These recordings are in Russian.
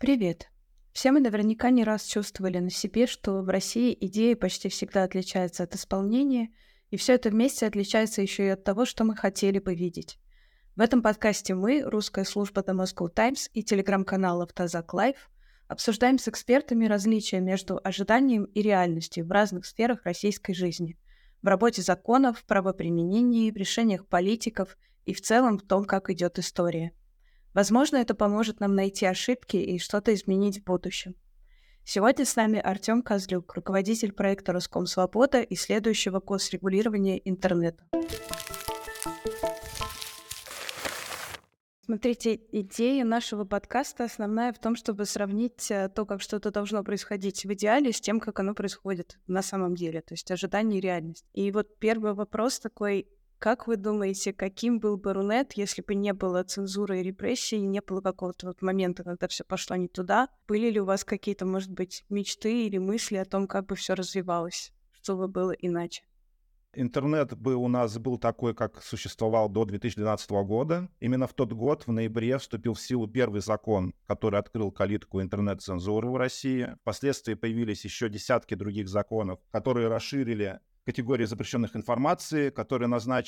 Привет! Все мы наверняка не раз чувствовали на себе, что в России идеи почти всегда отличаются от исполнения, и все это вместе отличается еще и от того, что мы хотели бы видеть. В этом подкасте мы, русская служба The Moscow Times и телеграм-канал «Автозак Лайв», обсуждаем с экспертами различия между ожиданием и реальностью в разных сферах российской жизни, в работе законов, в правоприменении, в решениях политиков и в целом в том, как идет история. Возможно, это поможет нам найти ошибки и что-то изменить в будущем. Сегодня с нами Артём Козлюк, руководитель проекта «Роскомсвобода» и следующего госрегулирования интернета. Смотрите, идея нашего подкаста основная в том, чтобы сравнить то, как что-то должно происходить в идеале, с тем, как оно происходит на самом деле, то есть ожидание и реальность. И вот первый вопрос такой: как вы думаете, каким был бы Рунет, если бы не было цензуры и репрессий, не было какого-то вот момента, когда все пошло не туда? Были ли у вас какие-то, может быть, мечты или мысли о том, как бы все развивалось, что бы было иначе? Интернет бы у нас был такой, как существовал до 2012 года. Именно в тот год, в ноябре, вступил в силу первый закон, который открыл калитку интернет-цензуры в России. Впоследствии появились еще десятки других законов, которые расширили категории запрещенных информации, которые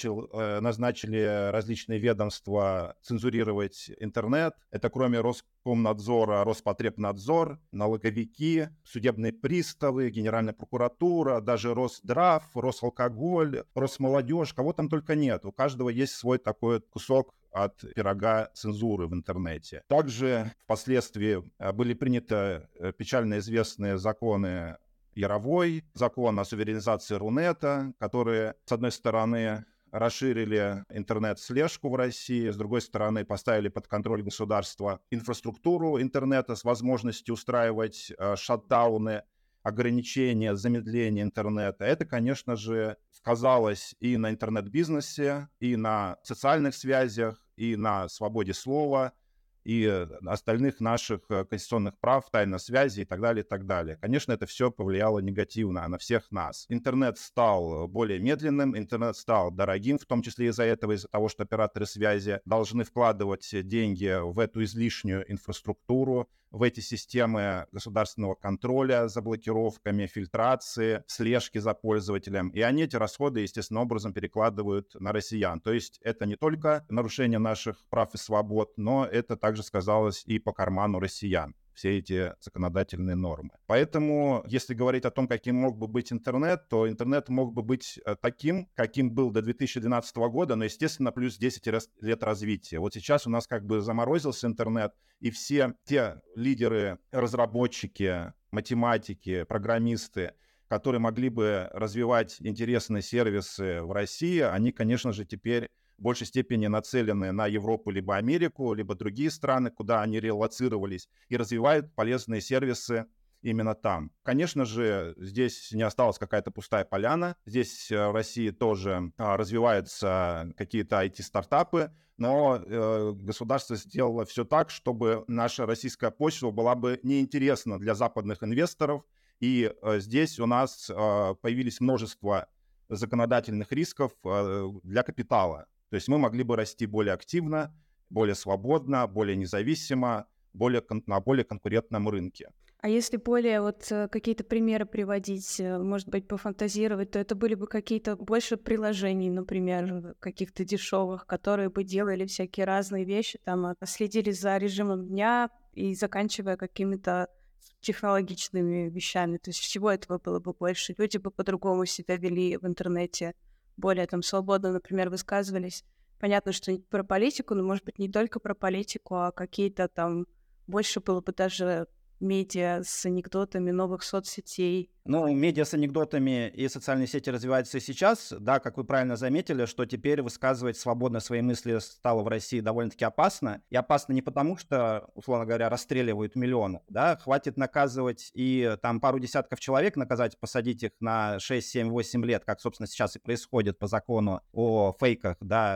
назначили различные ведомства цензурировать интернет. Это кроме Роскомнадзора, Роспотребнадзор, налоговики, судебные приставы, Генеральная прокуратура, даже Росздрав, Росалкоголь, Росмолодежь, кого там только нет. У каждого есть свой такой кусок от пирога цензуры в интернете. Также впоследствии были приняты печально известные законы Яровой, закон о суверенизации Рунета, которые, с одной стороны, расширили интернет-слежку в России, с другой стороны, поставили под контроль государства инфраструктуру интернета с возможностью устраивать шатдауны, ограничения, замедление интернета. Это, конечно же, сказалось и на интернет-бизнесе, и на социальных связях, и на свободе слова, и остальных наших конституционных прав, тайна связи и так далее, и так далее. Конечно, это все повлияло негативно на всех нас. Интернет стал более медленным, интернет стал дорогим, в том числе из-за этого, из-за того, что операторы связи должны вкладывать деньги в эту излишнюю инфраструктуру, в эти системы государственного контроля за блокировками, фильтрации, слежки за пользователем. И они эти расходы, естественным образом, перекладывают на россиян. То есть это не только нарушение наших прав и свобод, но это также сказалось и по карману россиян, все эти законодательные нормы. Поэтому, если говорить о том, каким мог бы быть интернет, то интернет мог бы быть таким, каким был до 2012 года, но, естественно, плюс 10 лет развития. Вот сейчас у нас как бы заморозился интернет, и все те лидеры, разработчики, математики, программисты, которые могли бы развивать интересные сервисы в России, они, конечно же, теперь в большей степени нацелены на Европу либо Америку, либо другие страны, куда они релоцировались, и развивают полезные сервисы именно там. Конечно же, здесь не осталась какая-то пустая поляна. Здесь в России тоже развиваются какие-то IT-стартапы, но государство сделало все так, чтобы наша российская почва была бы неинтересна для западных инвесторов. И здесь у нас появились множество законодательных рисков для капитала. То есть мы могли бы расти более активно, более свободно, более независимо, на более конкурентном рынке. А если более какие-то примеры приводить, может быть, пофантазировать, то это были бы какие-то больше приложений, например, каких-то дешевых, которые бы делали всякие разные вещи, там, следили за режимом дня и заканчивая какими-то технологичными вещами. То есть всего этого было бы больше. Люди бы по-другому себя вели в интернете, более там свободно, например, высказывались. Понятно, что не про политику, но, может быть, не только про политику, а какие-то там... Больше было бы даже медиа с анекдотами новых соцсетей. Ну, медиа с анекдотами и социальные сети развиваются и сейчас. Да, как вы правильно заметили, что теперь высказывать свободно свои мысли стало в России довольно-таки опасно. И опасно не потому, что, условно говоря, расстреливают миллионы. Да, хватит наказывать и там пару десятков человек наказать, посадить их на 6, 7, 8 лет, как, собственно, сейчас и происходит по закону о фейках, да, так, в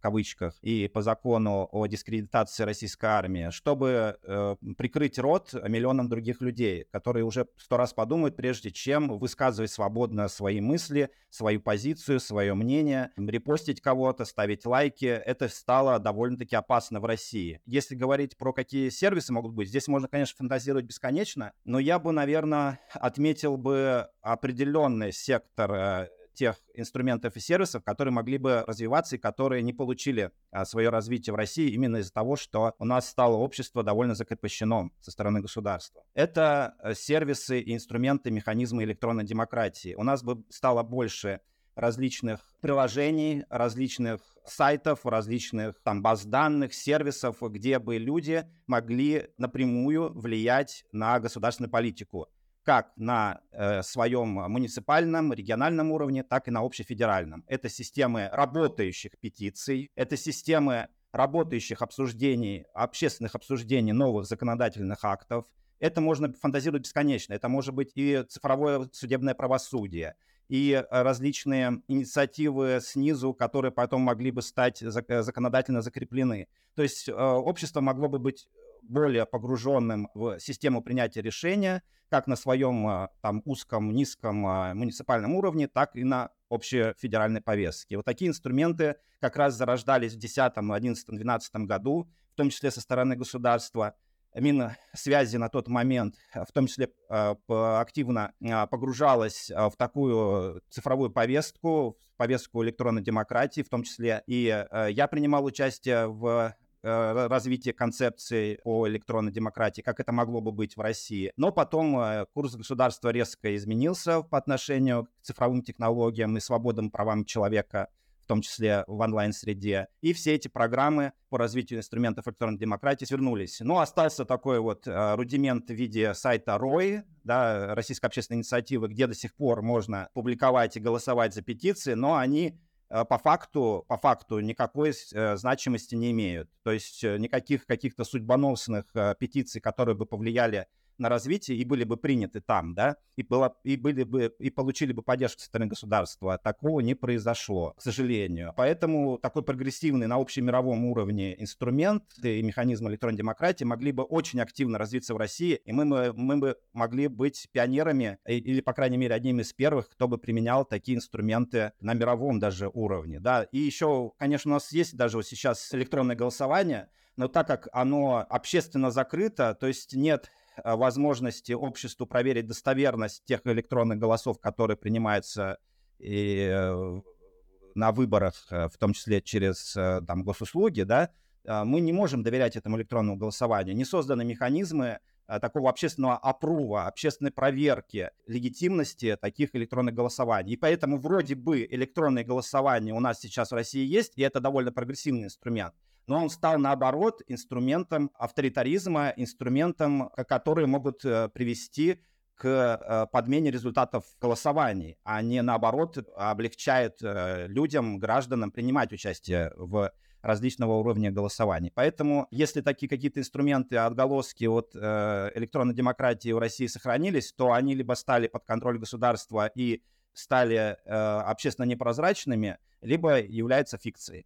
кавычках, и по закону о дискредитации российской армии, чтобы прикрыть рот миллионам других людей, которые уже 100 раз подумают, прежде чем высказывать свободно свои мысли, свою позицию, свое мнение, репостить кого-то, ставить лайки. Это стало довольно-таки опасно в России. Если говорить про какие сервисы могут быть, здесь можно, конечно, фантазировать бесконечно, но я бы, наверное, отметил бы определенный сектор тех инструментов и сервисов, которые могли бы развиваться и которые не получили свое развитие в России именно из-за того, что у нас стало общество довольно закрепощено со стороны государства. Это сервисы, инструменты, механизмы электронной демократии. У нас бы стало больше различных приложений, различных сайтов, различных баз данных, сервисов, где бы люди могли напрямую влиять на государственную политику, как на своем муниципальном, региональном уровне, так и на общефедеральном. Это системы работающих петиций, это системы работающих обсуждений, общественных обсуждений новых законодательных актов. Это можно фантазировать бесконечно. Это может быть и цифровое судебное правосудие, и различные инициативы снизу, которые потом могли бы стать законодательно закреплены. То есть общество могло бы быть более погруженным в систему принятия решения, как на своем узком, низком муниципальном уровне, так и на общефедеральной повестке. Вот такие инструменты как раз зарождались в 2010, 2011, 2012 году, в том числе со стороны государства. Минсвязи на тот момент, в том числе активно погружалась в такую цифровую повестку, в повестку электронной демократии, в том числе и я принимал участие в развитии концепции по электронной демократии, как это могло бы быть в России. Но потом курс государства резко изменился по отношению к цифровым технологиям и свободным правам человека, в том числе в онлайн-среде. И все эти программы по развитию инструментов электронной демократии свернулись. Но остался такой вот рудимент в виде сайта РОИ, да, Российской общественной инициативы, где до сих пор можно публиковать и голосовать за петиции, но они по факту никакой значимости не имеют. То есть никаких каких-то судьбоносных петиций, которые бы повлияли на развитие и были бы приняты там, да, и получили бы поддержку со стороны государства. Такого не произошло, к сожалению. Поэтому такой прогрессивный на общемировом уровне инструмент и механизм электронной демократии могли бы очень активно развиться в России, и мы бы могли быть пионерами или, по крайней мере, одними из первых, кто бы применял такие инструменты на мировом даже уровне, да. И еще, конечно, у нас есть даже вот сейчас электронное голосование, но так как оно общественно закрыто, то есть нет возможности обществу проверить достоверность тех электронных голосов, которые принимаются на выборах, в том числе через госуслуги, да, мы не можем доверять этому электронному голосованию. Не созданы механизмы такого общественного апрува, общественной проверки легитимности таких электронных голосований. И поэтому вроде бы электронное голосование у нас сейчас в России есть, и это довольно прогрессивный инструмент. Но он стал, наоборот, инструментом авторитаризма, инструментом, которые могут привести к подмене результатов голосований, а не, наоборот, облегчает людям, гражданам принимать участие в различного уровня голосований. Поэтому, если такие какие-то инструменты, отголоски от электронной демократии в России сохранились, то они либо стали под контроль государства и стали общественно непрозрачными, либо являются фикцией.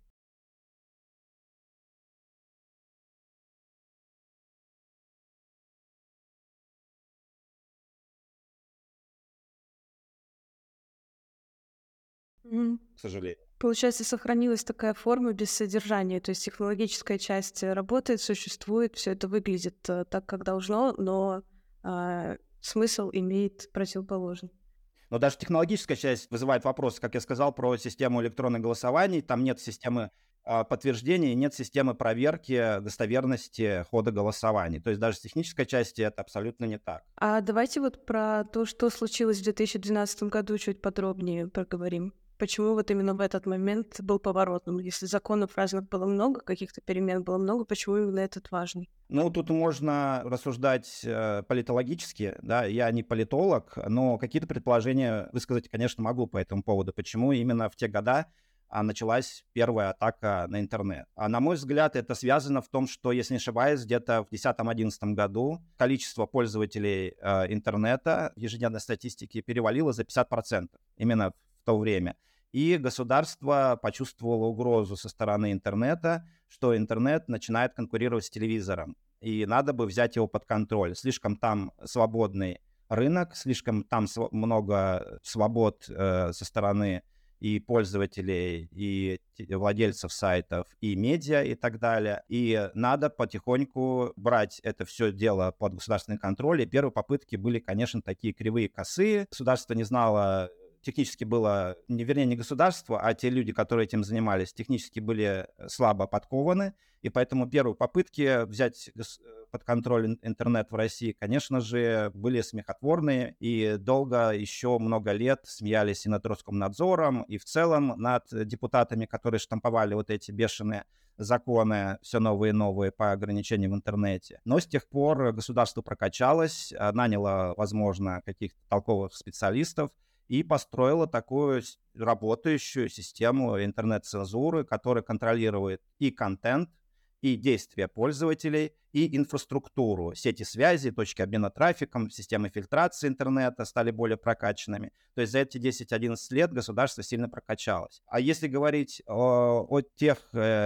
К сожалению. Получается, сохранилась такая форма без содержания, то есть технологическая часть работает, существует, все это выглядит так, как должно, но смысл имеет противоположный. Но даже технологическая часть вызывает вопрос, как я сказал, про систему электронных голосований. Там нет системы подтверждения, нет системы проверки достоверности хода голосований. То есть даже с технической части это абсолютно не так. А давайте вот про то, что случилось в 2012 году, чуть подробнее проговорим. Почему вот именно в этот момент был поворотным? Если законов разных было много, каких-то перемен было много, почему именно этот важный? Ну, тут можно рассуждать политологически, да, я не политолог, но какие-то предположения высказать, конечно, могу по этому поводу, почему именно в те года началась первая атака на интернет. А на мой взгляд, это связано в том, что, если не ошибаюсь, где-то в 2010-2011 году количество пользователей интернета в ежедневной статистике перевалило за 50%, именно в то время. И государство почувствовало угрозу со стороны интернета, что интернет начинает конкурировать с телевизором. И надо бы взять его под контроль. Слишком там свободный рынок, слишком там много свобод со стороны и пользователей, и владельцев сайтов, и медиа, и так далее. И надо потихоньку брать это все дело под государственный контроль. И первые попытки были, конечно, такие кривые, косые. Государство не знало, технически было, вернее, не государство, а те люди, которые этим занимались, технически были слабо подкованы. И поэтому первые попытки взять под контроль интернет в России, конечно же, были смехотворные, и долго, еще много лет смеялись и над Роскомнадзором, и в целом над депутатами, которые штамповали вот эти бешеные законы, все новые и новые по ограничениям в интернете. Но с тех пор государство прокачалось, наняло, возможно, каких-то толковых специалистов и построило такую работающую систему интернет-цензуры, которая контролирует и контент, и действия пользователей, и инфраструктуру. Сети связи, точки обмена трафиком, системы фильтрации интернета стали более прокачанными. То есть за эти 10-11 лет государство сильно прокачалось. А если говорить о тех,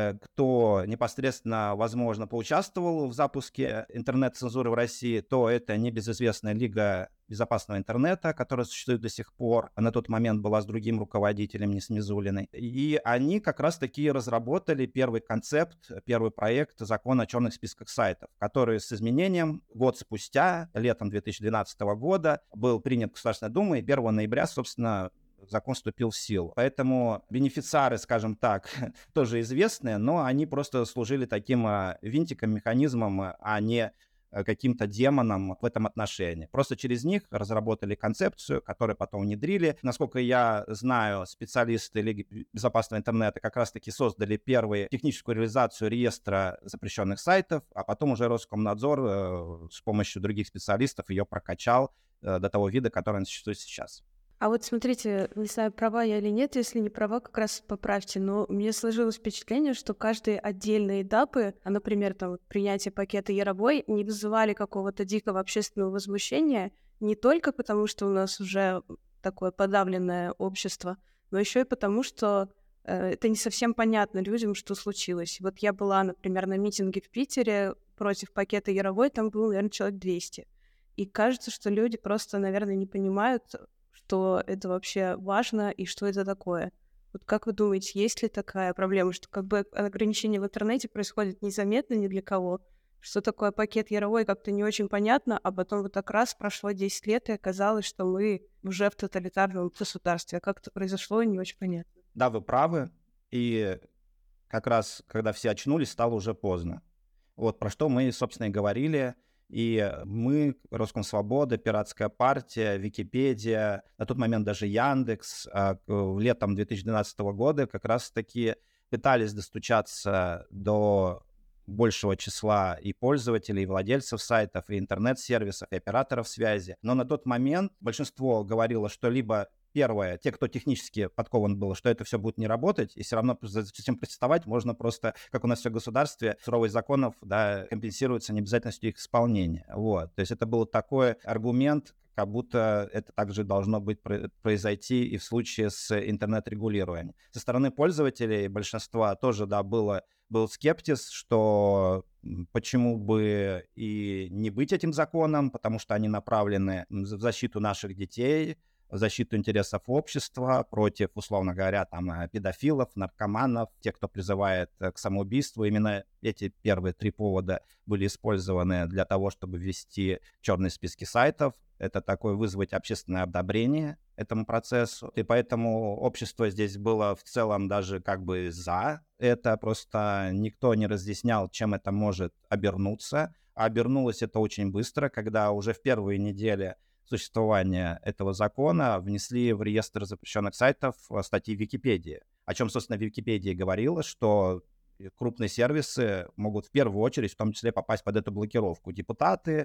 кто непосредственно, возможно, поучаствовал в запуске интернет-цензуры в России, то это небезызвестная Лига безопасного интернета, которая существует до сих пор. На тот момент была с другим руководителем, не с Мизулиной. И они как раз-таки разработали первый концепт, первый проект закона о черных списках сайтов, который с изменением год спустя, летом 2012 года, был принят Государственной Думой, и 1 ноября, собственно, закон вступил в силу. Поэтому бенефициары, скажем так, тоже известные, но они просто служили таким винтиком, механизмом, а не каким-то демоном в этом отношении. Просто через них разработали концепцию, которую потом внедрили. Насколько я знаю, специалисты Лиги безопасного интернета как раз-таки создали первую техническую реализацию реестра запрещенных сайтов, а потом уже Роскомнадзор с помощью других специалистов ее прокачал до того вида, который он существует сейчас. А вот смотрите, не знаю, права я или нет, если не права, как раз поправьте, но мне сложилось впечатление, что каждые отдельные этапы, например, там, принятие пакета Яровой, не вызывали какого-то дикого общественного возмущения, не только потому, что у нас уже такое подавленное общество, но еще и потому, что это не совсем понятно людям, что случилось. Вот я была, например, на митинге в Питере против пакета Яровой, там было, наверное, человек 200. И кажется, что люди просто, наверное, не понимают, что это вообще важно и что это такое. Вот как вы думаете, есть ли такая проблема, что как бы ограничения в интернете происходят незаметно ни для кого, что такое пакет Яровой как-то не очень понятно, а потом вот так раз прошло 10 лет, и оказалось, что мы уже в тоталитарном государстве. А как это произошло, не очень понятно. Да, вы правы. И как раз, когда все очнулись, стало уже поздно. Вот про что мы, собственно, и говорили. И мы, Роскомсвобода, Пиратская партия, Википедия, на тот момент даже Яндекс, летом 2012 года как раз-таки пытались достучаться до большего числа и пользователей, и владельцев сайтов, и интернет-сервисов, и операторов связи. Но на тот момент большинство говорило, что либо первое, те, кто технически подкован был, что это все будет не работать, и все равно зачем протестовать, можно просто, как у нас все в государстве, суровость законов, да, компенсируется необязательностью их исполнения. Вот. То есть это был такой аргумент, как будто это также должно быть произойти и в случае с интернет-регулированием. Со стороны пользователей большинства тоже, да, был скептиз, что почему бы и не быть этим законом, потому что они направлены в защиту наших детей, в защиту интересов общества, против, условно говоря, там, педофилов, наркоманов, тех, кто призывает к самоубийству. Именно эти первые 3 повода были использованы для того, чтобы ввести черные списки сайтов. Это такое вызвать общественное одобрение этому процессу. И поэтому общество здесь было в целом даже как бы за это. Просто никто не разъяснял, чем это может обернуться. А обернулось это очень быстро, когда уже в первые недели существования этого закона внесли в реестр запрещенных сайтов статьи Википедии. О чем, собственно, Википедия говорила, что крупные сервисы могут в первую очередь в том числе попасть под эту блокировку. Депутаты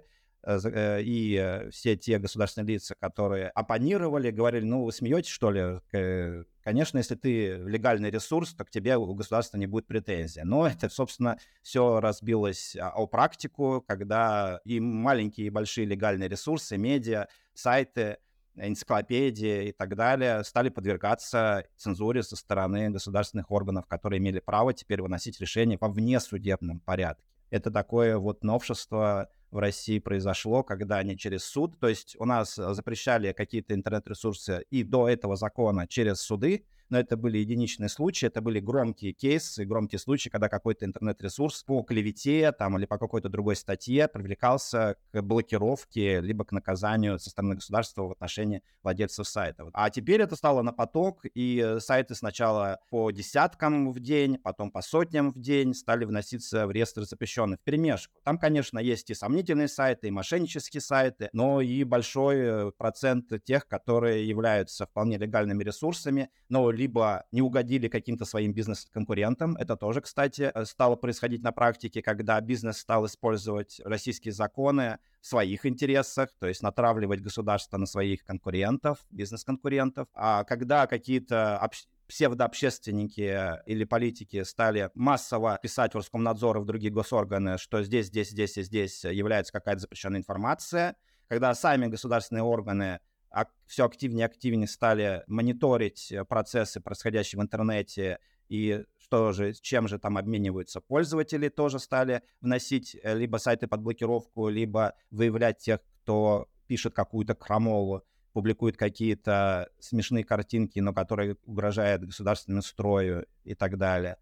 и все те государственные лица, которые оппонировали, говорили, ну, вы смеетесь, что ли? Конечно, если ты легальный ресурс, то к тебе у государства не будет претензий. Но это, собственно, все разбилось о практику, когда и маленькие, и большие легальные ресурсы, медиа, сайты энциклопедии и так далее стали подвергаться цензуре со стороны государственных органов, которые имели право теперь выносить решения во внесудебном порядке. Это такое вот новшество в России произошло, когда они через суд, то есть у нас запрещали какие-то интернет-ресурсы и до этого закона через суды, но это были единичные случаи, это были громкие кейсы, громкие случаи, когда какой-то интернет-ресурс по клевете там, или по какой-то другой статье привлекался к блокировке либо к наказанию со стороны государства в отношении владельцев сайтов. А теперь это стало на поток, и сайты сначала по десяткам в день, потом по сотням в день стали вноситься в реестр запрещенных вперемешку. Там, конечно, есть и сомнительные сайты, и мошеннические сайты, но и большой процент тех, которые являются вполне легальными ресурсами, но либо не угодили каким-то своим бизнес-конкурентам. Это тоже, кстати, стало происходить на практике, когда бизнес стал использовать российские законы в своих интересах, то есть натравливать государство на своих конкурентов, бизнес-конкурентов. А когда какие-то псевдообщественники или политики стали массово писать в Роскомнадзор и в другие госорганы, что здесь и здесь является какая-то запрещенная информация, когда сами государственные органы все активнее и активнее стали мониторить процессы, происходящие в интернете, и чем же там обмениваются пользователи, тоже стали вносить либо сайты под блокировку, либо выявлять тех, кто пишет какую-то крамолу, публикует какие-то смешные картинки, но которые угрожают государственному строю и так далее.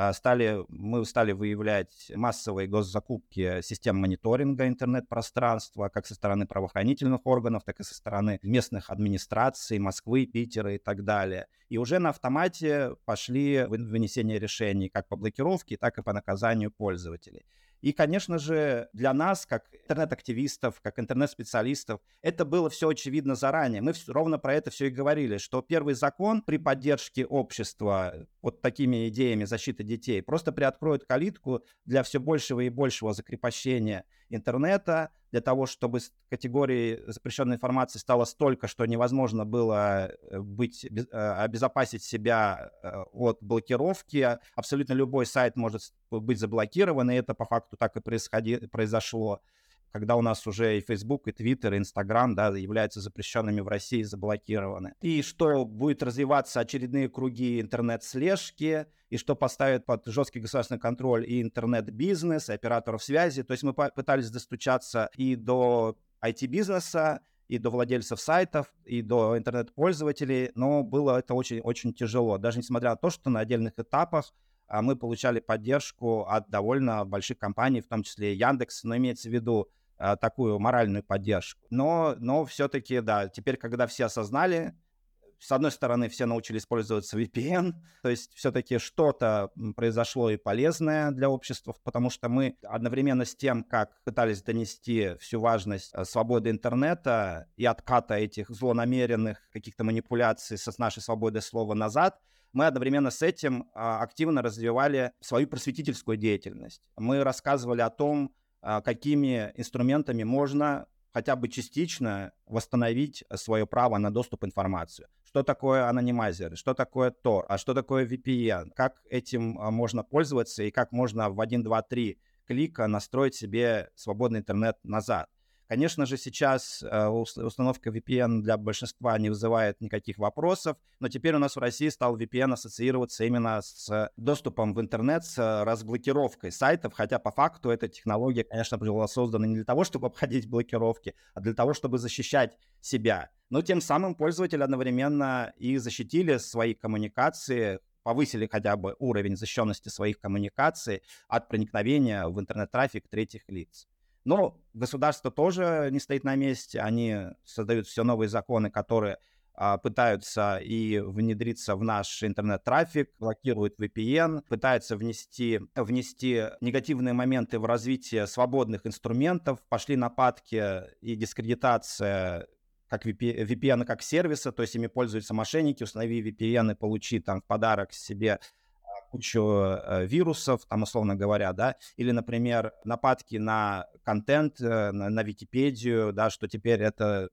Мы стали выявлять массовые госзакупки систем мониторинга интернет-пространства, как со стороны правоохранительных органов, так и со стороны местных администраций Москвы, Питера и так далее. И уже на автомате пошли вынесение решений как по блокировке, так и по наказанию пользователей. И, конечно же, для нас, как интернет-активистов, как интернет-специалистов, это было все очевидно заранее. Мы ровно про это все и говорили, что первый закон при поддержке общества вот такими идеями защиты детей просто приоткроет калитку для все большего и большего закрепощения интернета, для того, чтобы категории запрещенной информации стало столько, что невозможно было обезопасить себя от блокировки. Абсолютно любой сайт может быть заблокирован, и это по факту так и произошло, когда у нас уже и Facebook, и Twitter, и Instagram, да, являются запрещенными в России, заблокированы. И что будет развиваться очередные круги интернет-слежки, и что поставит под жесткий государственный контроль и интернет-бизнес, и операторов связи. То есть мы пытались достучаться и до IT-бизнеса, и до владельцев сайтов, и до интернет-пользователей, но было это очень-очень тяжело. Даже несмотря на то, что на отдельных этапах мы получали поддержку от довольно больших компаний, в том числе и Яндекс, но имеется в виду такую моральную поддержку. Но все-таки, да, теперь, когда все осознали, с одной стороны, все научились пользоваться VPN, то есть все-таки что-то произошло и полезное для общества, потому что мы одновременно с тем, как пытались донести всю важность свободы интернета и отката этих злонамеренных каких-то манипуляций с нашей свободой слова назад, мы одновременно с этим активно развивали свою просветительскую деятельность. Мы рассказывали о том, какими инструментами можно хотя бы частично восстановить свое право на доступ к информации. Что такое анонимайзер, что такое Tor, а что такое VPN, как этим можно пользоваться и как можно в 1, 2, 3 клика настроить себе свободный интернет назад. Конечно же, сейчас установка VPN для большинства не вызывает никаких вопросов, но теперь у нас в России стал VPN ассоциироваться именно с доступом в интернет, с разблокировкой сайтов, хотя по факту эта технология, конечно, была создана не для того, чтобы обходить блокировки, а для того, чтобы защищать себя. Но тем самым пользователи одновременно и защитили свои коммуникации, повысили хотя бы уровень защищенности своих коммуникаций от проникновения в интернет-трафик третьих лиц. Но государство тоже не стоит на месте, они создают все новые законы, которые пытаются и внедриться в наш интернет-трафик, блокируют VPN, пытаются внести негативные моменты в развитие свободных инструментов, пошли нападки и дискредитация как VPN как сервиса, то есть ими пользуются мошенники, установи VPN и получи там в подарок себе кучу вирусов, там, условно говоря, да, или, например, нападки на контент, на Википедию, да, что теперь это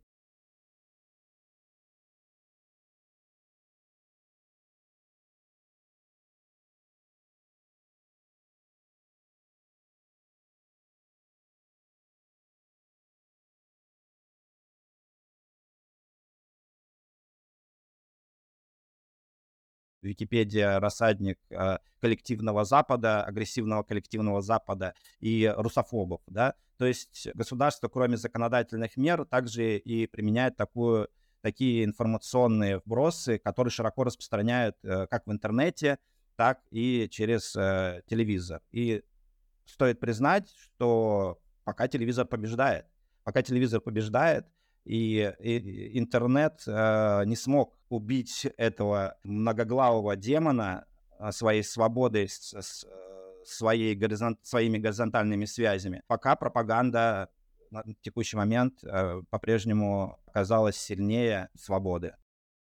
Википедия — рассадник коллективного Запада, агрессивного коллективного Запада и русофобов, да. То есть государство, кроме законодательных мер, также и применяет такие информационные вбросы, которые широко распространяют как в интернете, так и через телевизор. И стоит признать, что пока телевизор побеждает, и интернет не смог убить этого многоглавого демона своей свободой, своими горизонтальными связями. Пока пропаганда на текущий момент по-прежнему оказалась сильнее свободы.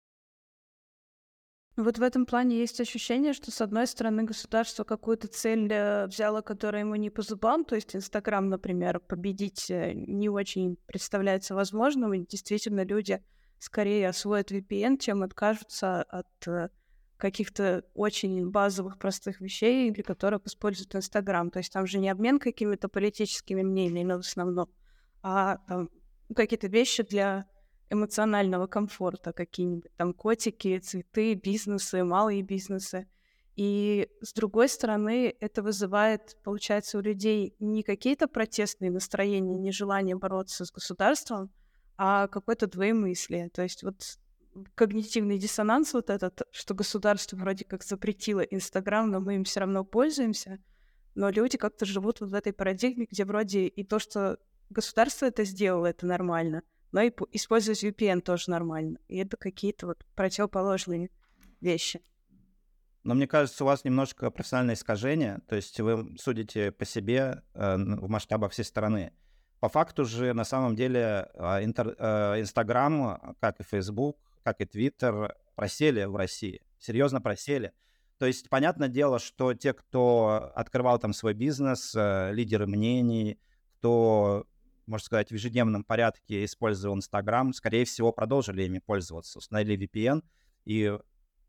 Вот в этом плане есть ощущение, что, с одной стороны, государство какую-то цель взяло, которая ему не по зубам, то есть Инстаграм, например, победить не очень представляется возможным, и действительно люди скорее освоят VPN, чем откажутся от каких-то очень базовых, простых вещей, для которых используют Инстаграм. То есть там же не обмен какими-то политическими мнениями в основном, а там какие-то вещи для эмоционального комфорта, какие-нибудь там котики, цветы, бизнесы, малые бизнесы. И с другой стороны, это вызывает, получается, у людей не какие-то протестные настроения, не желание бороться с государством, а какое-то двоемыслие. То есть вот когнитивный диссонанс вот этот, что государство вроде как запретило Инстаграм, но мы им все равно пользуемся, но люди как-то живут вот в этой парадигме, где вроде и то, что государство это сделало, это нормально, но и использовать VPN тоже нормально. И это какие-то вот противоположные вещи. Но мне кажется, у вас немножко профессиональное искажение, то есть вы судите по себе в масштабах всей страны. По факту же, на самом деле, Инстаграм, как и Facebook, как и Twitter, просели в России, серьезно просели. То есть, понятное дело, что те, кто открывал там свой бизнес, лидеры мнений, кто, можно сказать, в ежедневном порядке использовал Инстаграм, скорее всего, продолжили ими пользоваться, установили VPN и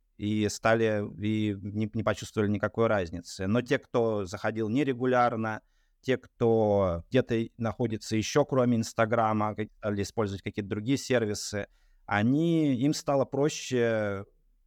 не почувствовали никакой разницы. Но те, кто заходил нерегулярно, те, кто где-то находится еще кроме Инстаграма, стали использовать какие-то другие сервисы, им стало проще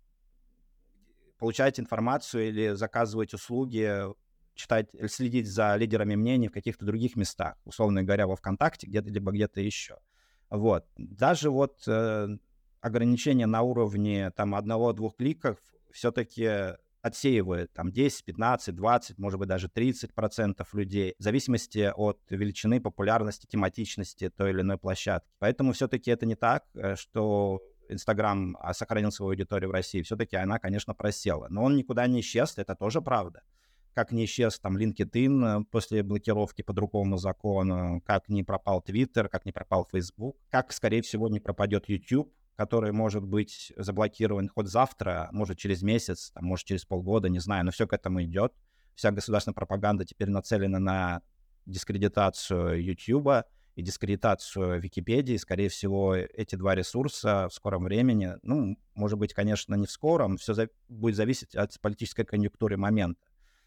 получать информацию или заказывать услуги, читать, следить за лидерами мнений в каких-то других местах, условно говоря, во ВКонтакте, либо где-то еще. Вот. Даже вот ограничение на уровне там 1-2 кликов все-таки отсеивает там 10, 15, 20, может быть, даже 30% людей, в зависимости от величины, популярности, тематичности той или иной площадки. Поэтому все-таки это не так, что Инстаграм сохранил свою аудиторию в России. Все-таки она, конечно, просела. Но он никуда не исчез, это тоже правда. Как не исчез там LinkedIn после блокировки по другому закону, как не пропал Twitter, как не пропал Facebook, как, скорее всего, не пропадет YouTube, который может быть заблокирован хоть завтра, может через месяц, там, может через полгода, не знаю, но все к этому идет. Вся государственная пропаганда теперь нацелена на дискредитацию YouTube и дискредитацию Википедии. Скорее всего, эти два ресурса в скором времени, ну, может быть, конечно, не в скором, все будет зависеть от политической конъюнктуры момента.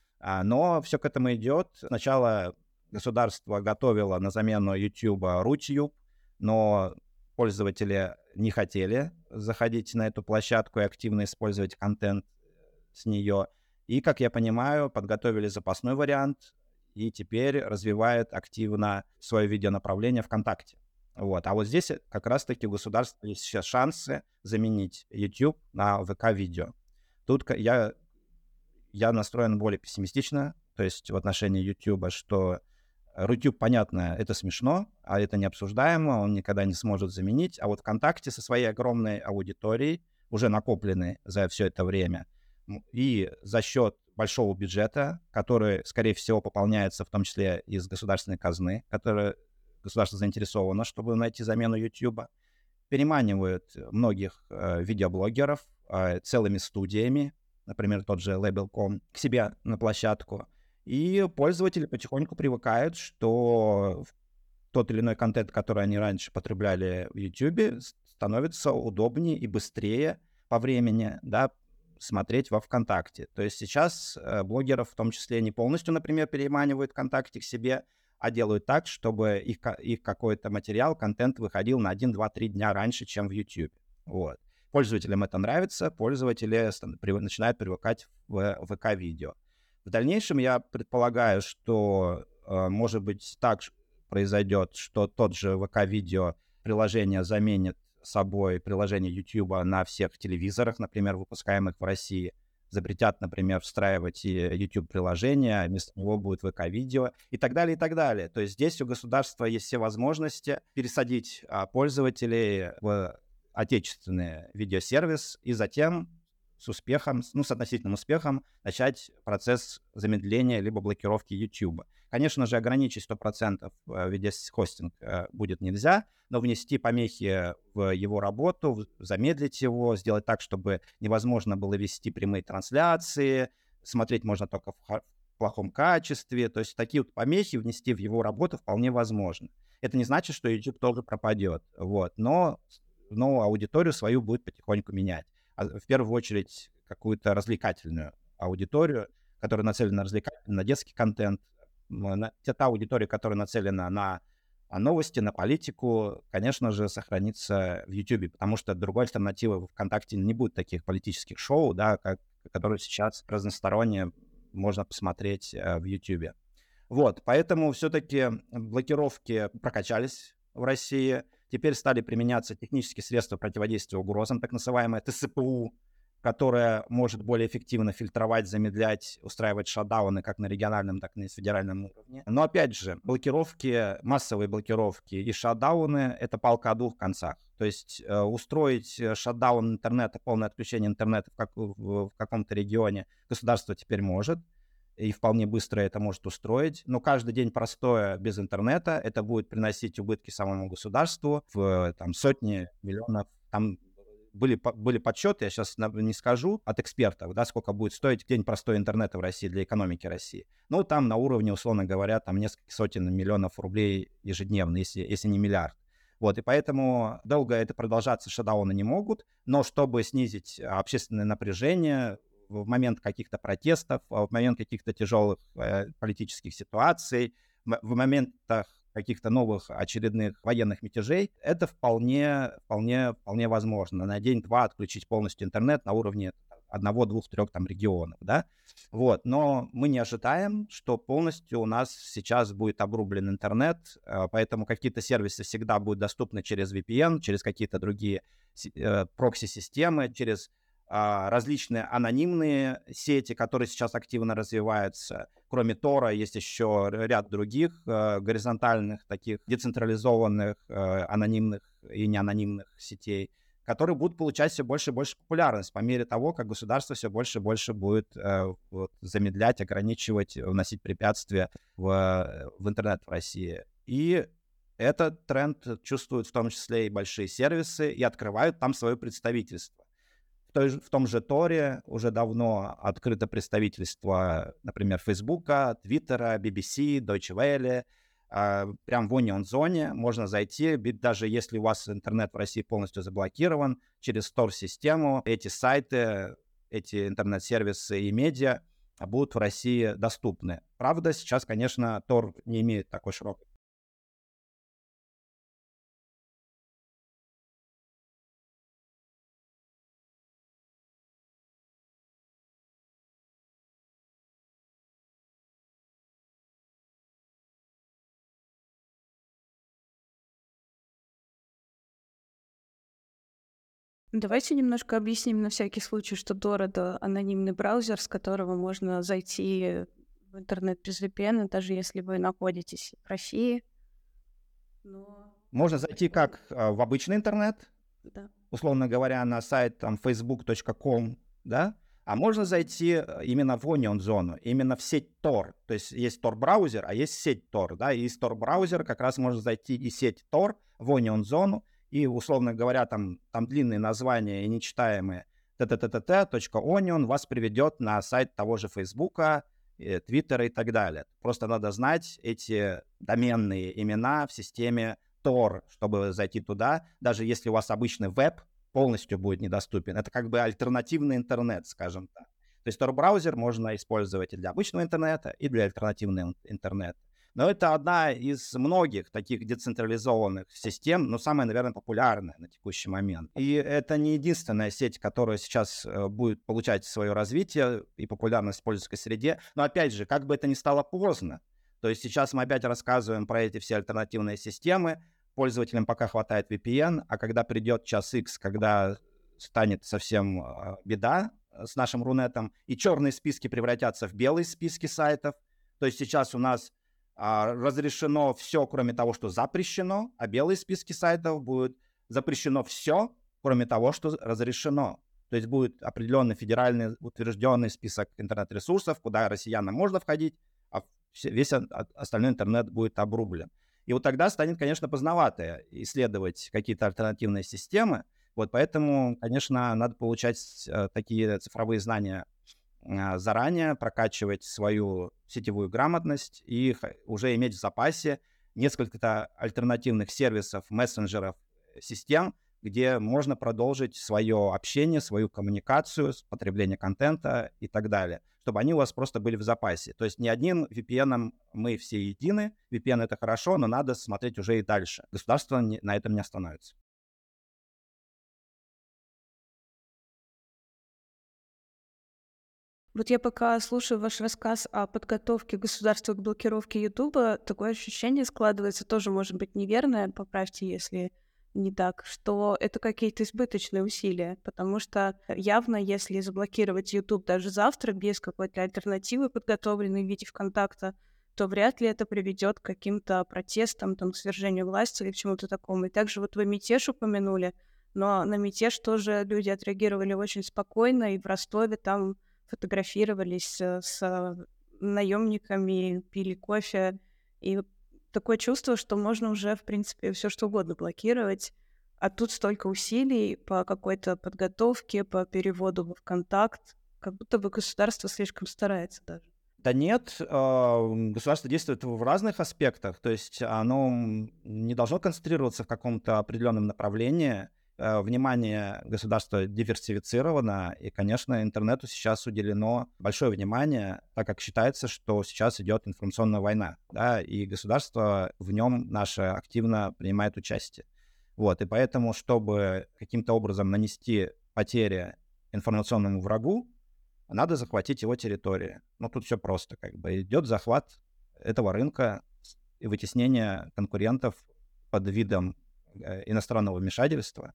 Но все к этому идет. Сначала государство готовило на замену YouTube Рутюб, но пользователи не хотели заходить на эту площадку и активно использовать контент с нее. И, как я понимаю, подготовили запасной вариант и теперь развивает активно свое видеонаправление ВКонтакте. Вот. А вот здесь как раз-таки у государства есть сейчас шансы заменить YouTube на ВК-видео. Тут я настроен более пессимистично, то есть в отношении YouTube, что Рутюб, понятно, это смешно, а это необсуждаемо, он никогда не сможет заменить. А вот ВКонтакте со своей огромной аудиторией, уже накопленной за все это время, и за счет большого бюджета, который, скорее всего, пополняется в том числе из государственной казны, которое государство заинтересовано, чтобы найти замену YouTube, переманивают многих видеоблогеров целыми студиями, например, тот же Label.com, к себе на площадку. И пользователи потихоньку привыкают, что тот или иной контент, который они раньше потребляли в YouTube, становится удобнее и быстрее по времени, да, смотреть во ВКонтакте. То есть сейчас блогеров в том числе не полностью, например, переманивают ВКонтакте к себе, а делают так, чтобы их какой-то материал, контент выходил на 1, 2, 3 дня раньше, чем в YouTube. Вот. Пользователям это нравится, пользователи начинают привыкать в ВК-видео. В дальнейшем я предполагаю, что, может быть, так произойдет, что тот же ВК-видео приложение заменит собой приложение YouTube на всех телевизорах, например, выпускаемых в России. Запретят, например, встраивать YouTube-приложение, а вместо него будет ВК-видео и так далее, и так далее. То есть здесь у государства есть все возможности пересадить пользователей в отечественный видеосервис и затем с успехом, с относительным успехом начать процесс замедления либо блокировки YouTube. Конечно же, ограничить 100% видеохостинг будет нельзя, но внести помехи в его работу, замедлить его, сделать так, чтобы невозможно было вести прямые трансляции, смотреть можно только в плохом качестве. То есть такие вот помехи внести в его работу вполне возможно. Это не значит, что YouTube тоже пропадет, но аудиторию свою будет потихоньку менять. В первую очередь какую-то развлекательную аудиторию, которая нацелена на развлекательный, на детский контент. Та аудитория, которая нацелена на новости, на политику, конечно же, сохранится в YouTube, потому что другой альтернативы в ВКонтакте не будет таких политических шоу, да, которые сейчас разносторонне можно посмотреть в YouTube. Поэтому все-таки блокировки прокачались в России. Теперь стали применяться технические средства противодействия угрозам, так называемое ТСПУ, которая может более эффективно фильтровать, замедлять, устраивать шатдауны как на региональном, так и на федеральном уровне. Но опять же, блокировки, массовые блокировки и шатдауны — это палка о двух концах. То есть устроить шатдаун интернета, полное отключение интернета в каком-то регионе государство теперь может, и вполне быстро это может устроить. Но каждый день простое без интернета это будет приносить убытки самому государству в сотни миллионов. Там были подсчеты, я сейчас не скажу, от экспертов, да, сколько будет стоить день простой интернета в России для экономики России. Там на уровне, условно говоря, несколько сотен миллионов рублей ежедневно, если не миллиард. И поэтому долго это продолжаться шатдауны не могут, но чтобы снизить общественное напряжение в момент каких-то протестов, в момент каких-то тяжелых политических ситуаций, в моментах каких-то новых очередных военных мятежей, это вполне возможно. На день-два отключить полностью интернет на уровне 1, 2, 3 регионов, да? Но мы не ожидаем, что полностью у нас сейчас будет обрублен интернет, поэтому какие-то сервисы всегда будут доступны через VPN, через какие-то другие прокси-системы, через различные анонимные сети, которые сейчас активно развиваются. Кроме Тора есть еще ряд других горизонтальных, таких децентрализованных, анонимных и неанонимных сетей, которые будут получать все больше и больше популярность по мере того, как государство все больше и больше будет замедлять, ограничивать, вносить препятствия в интернет в России. И этот тренд чувствуют в том числе и большие сервисы и открывают там свое представительство. В том же Торе уже давно открыто представительство, например, Фейсбука, Твиттера, BBC, Deutsche Welle. Прям в Onion-зоне можно зайти, даже если у вас интернет в России полностью заблокирован, через Tor-систему эти сайты, эти интернет-сервисы и медиа будут в России доступны. Правда, сейчас, конечно, Tor не имеет такой широкой. Давайте немножко объясним на всякий случай, что Tor — это анонимный браузер, с которого можно зайти в интернет без VPN, даже если вы находитесь в России. Можно зайти как в обычный интернет, да, условно говоря, на сайт facebook.com, да, а можно зайти именно в Onion-зону, именно в сеть Tor. То есть есть Tor-браузер, а есть сеть Tor, да, и из Tor-браузера как раз можно зайти и сеть Tor в Onion-зону, и, условно говоря, там длинные названия и нечитаемые tt.onion вас приведет на сайт того же Фейсбука, Твиттера и так далее. Просто надо знать эти доменные имена в системе Tor, чтобы зайти туда, даже если у вас обычный веб полностью будет недоступен. Это как бы альтернативный интернет, скажем так. То есть Tor-браузер можно использовать и для обычного интернета, и для альтернативного интернета. Но это одна из многих таких децентрализованных систем, но самая, наверное, популярная на текущий момент. И это не единственная сеть, которая сейчас будет получать свое развитие и популярность в пользовательской среде. Но опять же, как бы это ни стало поздно, то есть сейчас мы опять рассказываем про эти все альтернативные системы, пользователям пока хватает VPN, а когда придет час X, когда станет совсем беда с нашим Рунетом, и черные списки превратятся в белые списки сайтов, то есть сейчас у нас разрешено все, кроме того, что запрещено, а белые списки сайтов будут запрещено все, кроме того, что разрешено. То есть будет определенный федеральный утвержденный список интернет-ресурсов, куда россиянам можно входить, а весь остальной интернет будет обрублен. И вот тогда станет, конечно, поздновато исследовать какие-то альтернативные системы. Вот поэтому, конечно, надо получать такие цифровые знания заранее, прокачивать свою сетевую грамотность и уже иметь в запасе несколько альтернативных сервисов, мессенджеров, систем, где можно продолжить свое общение, свою коммуникацию, потребление контента и так далее, чтобы они у вас просто были в запасе. То есть ни одним VPN мы все едины, VPN — это хорошо, но надо смотреть уже и дальше. Государство на этом не остановится. Вот я пока слушаю ваш рассказ о подготовке государства к блокировке Ютуба, такое ощущение складывается, тоже может быть неверное, поправьте, если не так, что это какие-то избыточные усилия, потому что явно, если заблокировать YouTube даже завтра без какой-то альтернативы, подготовленной в виде ВКонтакта, то вряд ли это приведет к каким-то протестам, там, к свержению власти или к чему-то такому. И также вот вы мятеж упомянули, но на мятеж тоже люди отреагировали очень спокойно, и в Ростове там фотографировались с наемниками, пили кофе. И такое чувство, что можно уже, в принципе, все что угодно блокировать. А тут столько усилий по какой-то подготовке, по переводу во ВКонтакт, как будто бы государство слишком старается даже. Да нет, государство действует в разных аспектах, то есть оно не должно концентрироваться в каком-то определенном направлении. Внимание государства диверсифицировано, и, конечно, интернету сейчас уделено большое внимание, так как считается, что сейчас идет информационная война, да, и государство в нем наше активно принимает участие. Вот, и поэтому, чтобы каким-то образом нанести потери информационному врагу, надо захватить его территорию. Ну, тут все просто, как бы. Идет захват этого рынка и вытеснение конкурентов под видом иностранного вмешательства.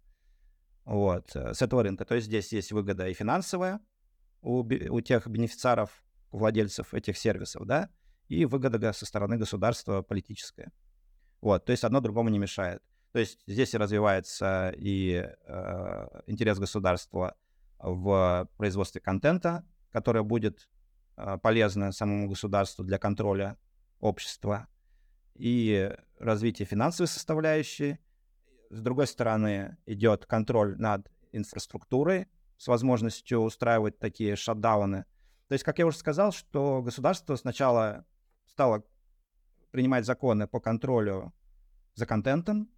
Вот, с этого рынка. То есть здесь есть выгода и финансовая у тех бенефициаров, владельцев этих сервисов, да, и выгода со стороны государства политическая. Вот, то есть одно другому не мешает. То есть здесь и развивается и интерес государства в производстве контента, которое будет полезно самому государству для контроля общества, и развитие финансовой составляющей. С другой стороны, идет контроль над инфраструктурой с возможностью устраивать такие шатдауны. То есть, как я уже сказал, что государство сначала стало принимать законы по контролю за контентом,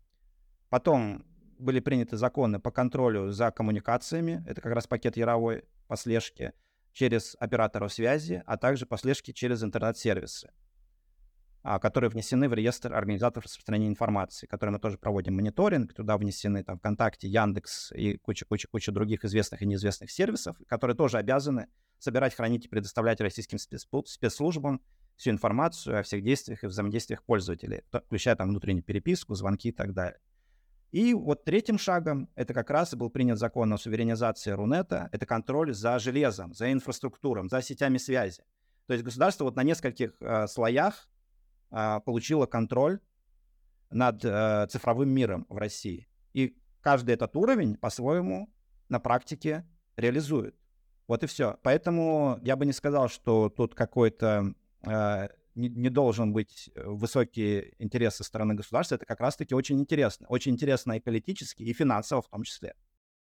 потом были приняты законы по контролю за коммуникациями, это как раз пакет Яровой по слежке через операторов связи, а также по слежке через интернет-сервисы, которые внесены в реестр организаторов распространения информации, который мы тоже проводим мониторинг. Туда внесены там ВКонтакте, Яндекс и куча других известных и неизвестных сервисов, которые тоже обязаны собирать, хранить и предоставлять российским спецслужбам всю информацию о всех действиях и взаимодействиях пользователей, включая там внутреннюю переписку, звонки и так далее. И вот третьим шагом это как раз и был принят закон о суверенизации Рунета. Это контроль за железом, за инфраструктурой, за сетями связи. То есть государство вот на нескольких слоях получила контроль над цифровым миром в России. И каждый этот уровень по-своему на практике реализует. Вот и все. Поэтому я бы не сказал, что тут какой-то не должен быть высокий интерес со стороны государства. Это как раз-таки очень интересно. Очень интересно и политически, и финансово в том числе.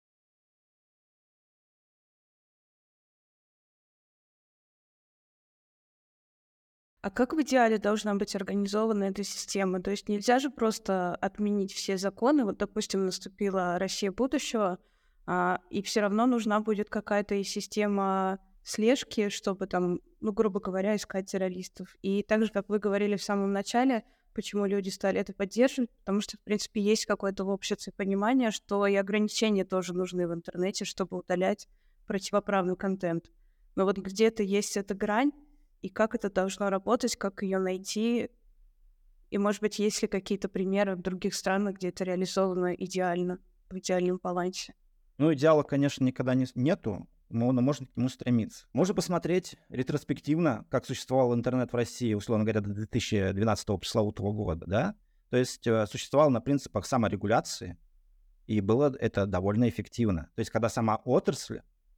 А как в идеале должна быть организована эта система? То есть нельзя же просто отменить все законы. Вот, допустим, наступила Россия будущего, и все равно нужна будет какая-то и система слежки, чтобы там, грубо говоря, искать террористов. И так же, как вы говорили в самом начале, почему люди стали это поддерживать, потому что, в принципе, есть какое-то общее понимание, что и ограничения тоже нужны в интернете, чтобы удалять противоправный контент. Но вот где-то есть эта грань, и как это должно работать, как ее найти, и, может быть, есть ли какие-то примеры в других странах, где это реализовано идеально, в идеальном балансе? Идеала, конечно, никогда нету, но можно к нему стремиться. Можно посмотреть ретроспективно, как существовал интернет в России, условно говоря, до 2012 пресловутого года, да? То есть существовал на принципах саморегуляции, и было это довольно эффективно. То есть когда сама отрасль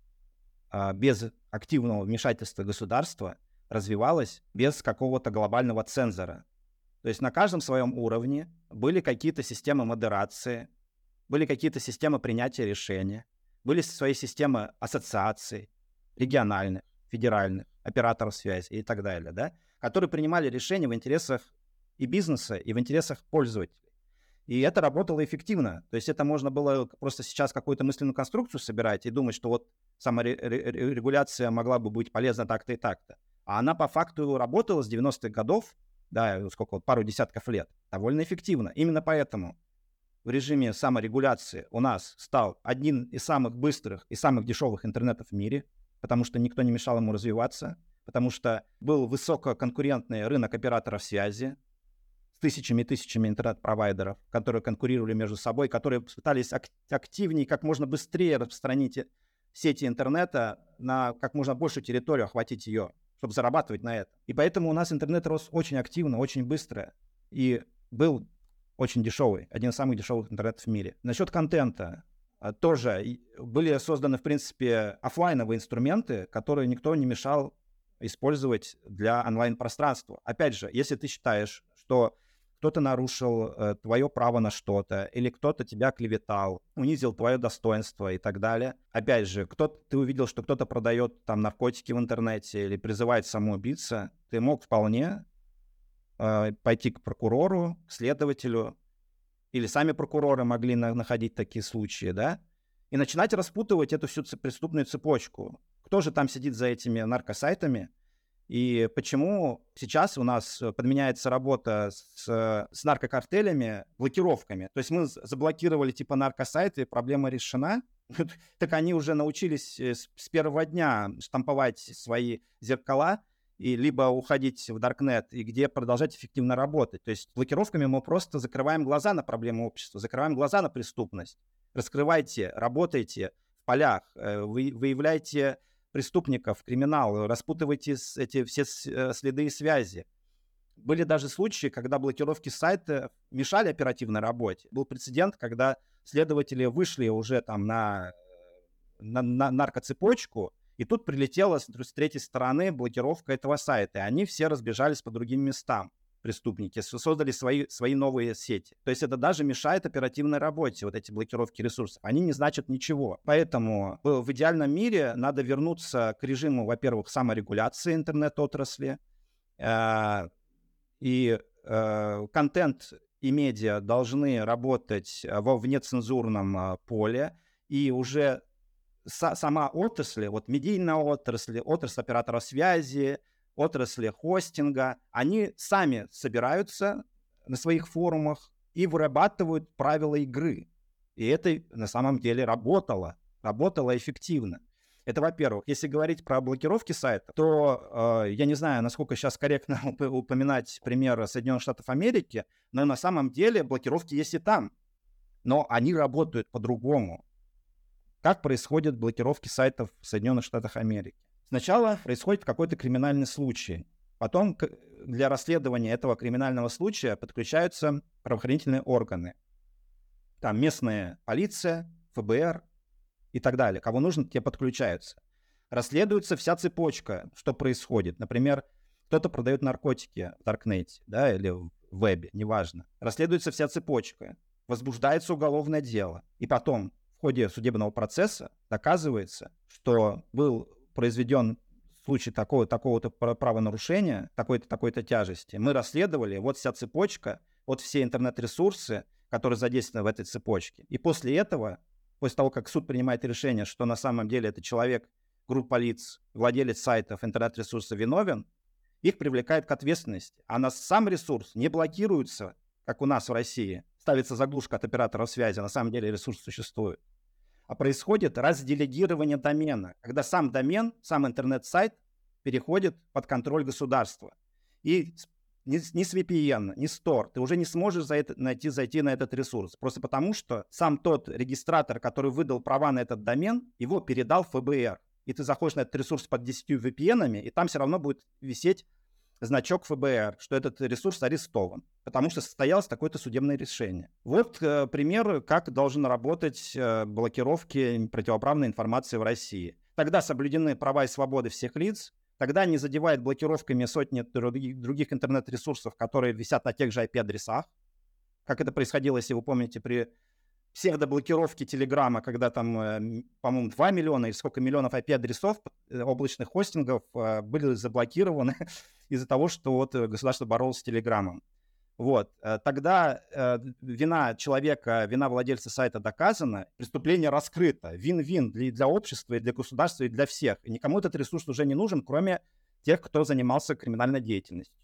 без активного вмешательства государства развивалась без какого-то глобального цензора. То есть на каждом своем уровне были какие-то системы модерации, были какие-то системы принятия решения, были свои системы ассоциаций, региональных, федеральных, операторов связи и так далее, да, которые принимали решения в интересах и бизнеса, и в интересах пользователей. И это работало эффективно. То есть это можно было просто сейчас какую-то мысленную конструкцию собирать и думать, что вот саморегуляция могла бы быть полезна так-то и так-то. А она по факту работала с 90-х годов, да, пару десятков лет, довольно эффективно. Именно поэтому в режиме саморегуляции у нас стал один из самых быстрых и самых дешевых интернетов в мире, потому что никто не мешал ему развиваться, потому что был высококонкурентный рынок операторов связи с тысячами и тысячами интернет-провайдеров, которые конкурировали между собой, которые пытались активнее, как можно быстрее распространить сети интернета на как можно большую территорию, охватить ее, чтобы зарабатывать на это. И поэтому у нас интернет рос очень активно, очень быстро и был очень дешевый, один из самых дешевых интернетов в мире. Насчет контента тоже были созданы, в принципе, офлайновые инструменты, которые никто не мешал использовать для онлайн-пространства. Опять же, если ты считаешь, что кто-то нарушил твое право на что-то, или кто-то тебя клеветал, унизил твое достоинство и так далее. Опять же, ты увидел, что кто-то продает там наркотики в интернете или призывает самоубийца, ты мог вполне пойти к прокурору, к следователю, или сами прокуроры могли находить такие случаи, да, и начинать распутывать эту всю преступную цепочку. Кто же там сидит за этими наркосайтами? И почему сейчас у нас подменяется работа с наркокартелями блокировками? То есть мы заблокировали типа наркосайты, проблема решена. Так они уже научились с первого дня штамповать свои зеркала и либо уходить в Даркнет, и где продолжать эффективно работать. То есть блокировками мы просто закрываем глаза на проблемы общества, закрываем глаза на преступность. Раскрывайте, работайте в полях, выявляйте преступников, криминал, распутывайте эти все следы и связи. Были даже случаи, когда блокировки сайта мешали оперативной работе. Был прецедент, когда следователи вышли уже там на наркоцепочку, и тут прилетела с третьей стороны блокировка этого сайта, и они все разбежались по другим местам. Преступники создали свои новые сети. То есть это даже мешает оперативной работе, вот эти блокировки ресурсов. Они не значат ничего. Поэтому в идеальном мире надо вернуться к режиму, во-первых, саморегуляции интернет-отрасли. И контент и медиа должны работать во внецензурном поле. И уже сама отрасль, вот медийная отрасль, отрасль операторов связи, отрасли хостинга, они сами собираются на своих форумах и вырабатывают правила игры. И это на самом деле работало эффективно. Это во-первых. Если говорить про блокировки сайтов, то я не знаю, насколько сейчас корректно упоминать пример Соединенных Штатов Америки, но на самом деле блокировки есть и там. Но они работают по-другому. Как происходят блокировки сайтов в Соединенных Штатах Америки? Сначала происходит какой-то криминальный случай. Потом для расследования этого криминального случая подключаются правоохранительные органы. Там местная полиция, ФБР и так далее. Кого нужно, те подключаются. Расследуется вся цепочка, что происходит. Например, кто-то продает наркотики в Даркнете, да, или в вебе, неважно. Расследуется вся цепочка. Возбуждается уголовное дело. И потом в ходе судебного процесса доказывается, что был произведен случай такого-то правонарушения, такой-то тяжести. Мы расследовали, вот вся цепочка, вот все интернет-ресурсы, которые задействованы в этой цепочке. И после этого, после того, как суд принимает решение, что на самом деле этот человек группа лиц, владелец сайтов, интернет-ресурса виновен, их привлекают к ответственности. А сам ресурс не блокируется, как у нас в России. Ставится заглушка от операторов связи, на самом деле ресурс существует. А происходит разделегирование домена, когда сам домен, сам интернет-сайт переходит под контроль государства. И ни с VPN, ни с Tor ты уже не сможешь зайти на этот ресурс. Просто потому, что сам тот регистратор, который выдал права на этот домен, его передал ФБР. И ты заходишь на этот ресурс под 10 VPN-ами, и там все равно будет висеть значок ФБР, что этот ресурс арестован, потому что состоялось такое-то судебное решение. Вот пример, как должны работать блокировки противоправной информации в России. Тогда соблюдены права и свободы всех лиц, тогда не задевает блокировками сотни других интернет-ресурсов, которые висят на тех же IP-адресах, как это происходило, если вы помните, при псевдоблокировке Телеграма, когда там, по-моему, 2 миллиона или сколько миллионов IP-адресов облачных хостингов были заблокированы из-за того, что вот государство боролось с Телеграмом. Вот. Тогда вина человека, вина владельца сайта доказана, преступление раскрыто. Вин-вин для общества, и для государства, и для всех. И никому этот ресурс уже не нужен, кроме тех, кто занимался криминальной деятельностью.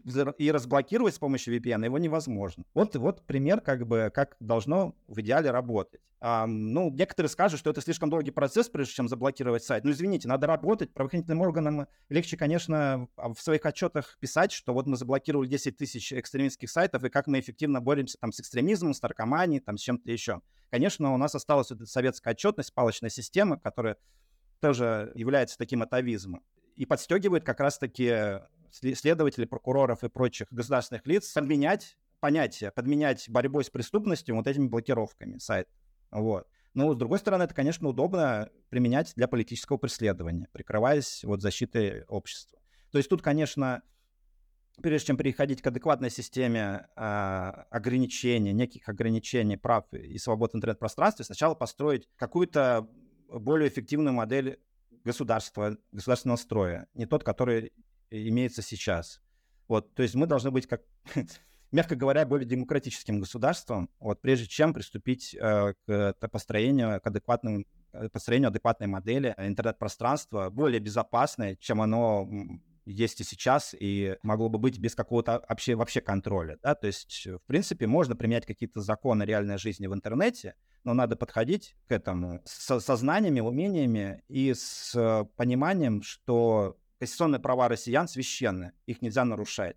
И разблокировать с помощью VPN его невозможно. Вот пример, как должно в идеале работать. Некоторые скажут, что это слишком долгий процесс, прежде чем заблокировать сайт. Извините, надо работать. Правоохранительным органам легче, конечно, в своих отчетах писать, что вот мы заблокировали 10 тысяч экстремистских сайтов, и как мы эффективно боремся там с экстремизмом, с наркоманией, там, с чем-то еще. Конечно, у нас осталась эта советская отчетность, палочная система, которая тоже является таким атовизмом. И подстегивает как раз-таки следователей, прокуроров и прочих государственных лиц подменять борьбой с преступностью вот этими блокировками сайта. Вот. Но, с другой стороны, это, конечно, удобно применять для политического преследования, прикрываясь защитой общества. То есть тут, конечно, прежде чем переходить к адекватной системе неких ограничений прав и свобод в интернет-пространстве, сначала построить какую-то более эффективную модель государственного строя, не тот, который имеется сейчас. То есть мы должны быть, мягко говоря, более демократическим государством, прежде чем приступить к построению адекватной модели интернет-пространства, более безопасной, чем оно есть и сейчас, и могло бы быть без какого-то вообще контроля. Да? То есть, в принципе, можно применять какие-то законы реальной жизни в интернете, но надо подходить к этому со знаниями, умениями и с пониманием, что конституционные права россиян священны, их нельзя нарушать.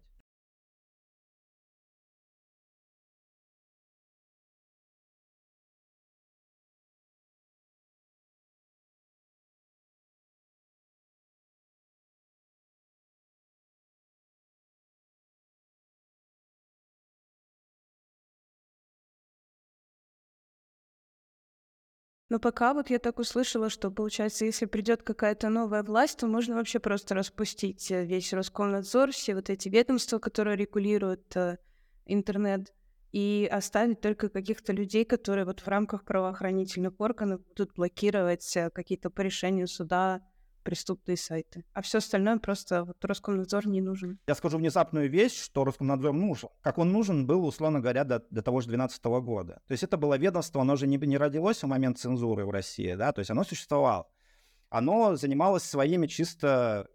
Но пока я так услышала, что, получается, если придет какая-то новая власть, то можно вообще просто распустить весь Роскомнадзор, все эти ведомства, которые регулируют интернет, и оставить только каких-то людей, которые в рамках правоохранительных органов будут блокировать какие-то по решению суда преступные сайты. А все остальное просто Роскомнадзор не нужен. Я скажу внезапную вещь, что Роскомнадзор нужен. Как он нужен был, условно говоря, до того же 2012 года. То есть это было ведомство, оно же не родилось в момент цензуры в России, да, то есть оно существовало. Оно занималось своими чисто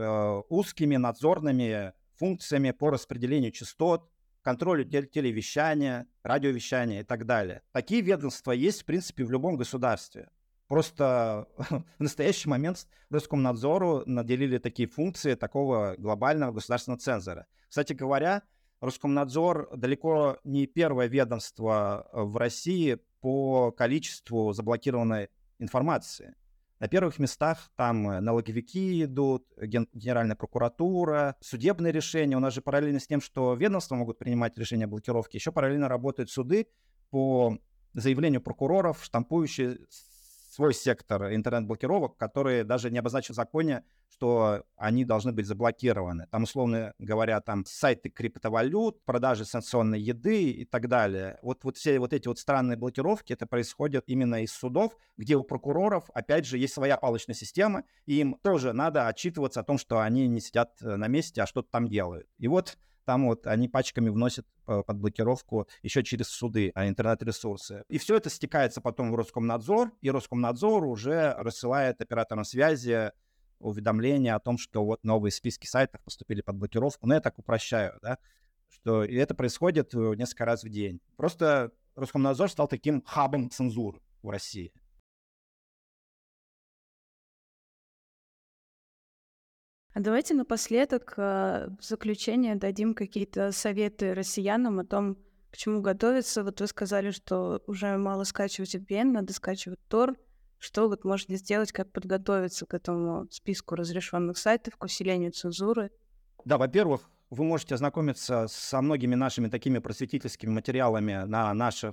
узкими надзорными функциями по распределению частот, контролю телевещания, радиовещания и так далее. Такие ведомства есть, в принципе, в любом государстве. Просто в настоящий момент Роскомнадзору наделили такие функции такого глобального государственного цензора. Кстати говоря, Роскомнадзор далеко не первое ведомство в России по количеству заблокированной информации. На первых местах там налоговики идут, Генеральная прокуратура, судебные решения. У нас же параллельно с тем, что ведомства могут принимать решения о блокировке, еще параллельно работают суды по заявлению прокуроров, штампующие свой сектор интернет-блокировок, которые даже не обозначены в законе, что они должны быть заблокированы. Там, условно говоря, там сайты криптовалют, продажи санкционной еды и так далее. Вот все эти странные блокировки, это происходит именно из судов, где у прокуроров, опять же, есть своя палочная система, и им тоже надо отчитываться о том, что они не сидят на месте, а что-то там делают. И там вот они пачками вносят под блокировку еще через суды интернет-ресурсы. И все это стекается потом в Роскомнадзор, и Роскомнадзор уже рассылает операторам связи уведомления о том, что вот новые списки сайтов поступили под блокировку. Но я так упрощаю, да, что и это происходит несколько раз в день. Просто Роскомнадзор стал таким хабом цензуры в России. А давайте напоследок в заключение дадим какие-то советы россиянам о том, к чему готовиться. Вот вы сказали, что уже мало скачивать VPN, надо скачивать Tor. Что вот можно сделать, как подготовиться к этому списку разрешенных сайтов, к усилению цензуры? Да, во-первых, вы можете ознакомиться со многими нашими такими просветительскими материалами на наших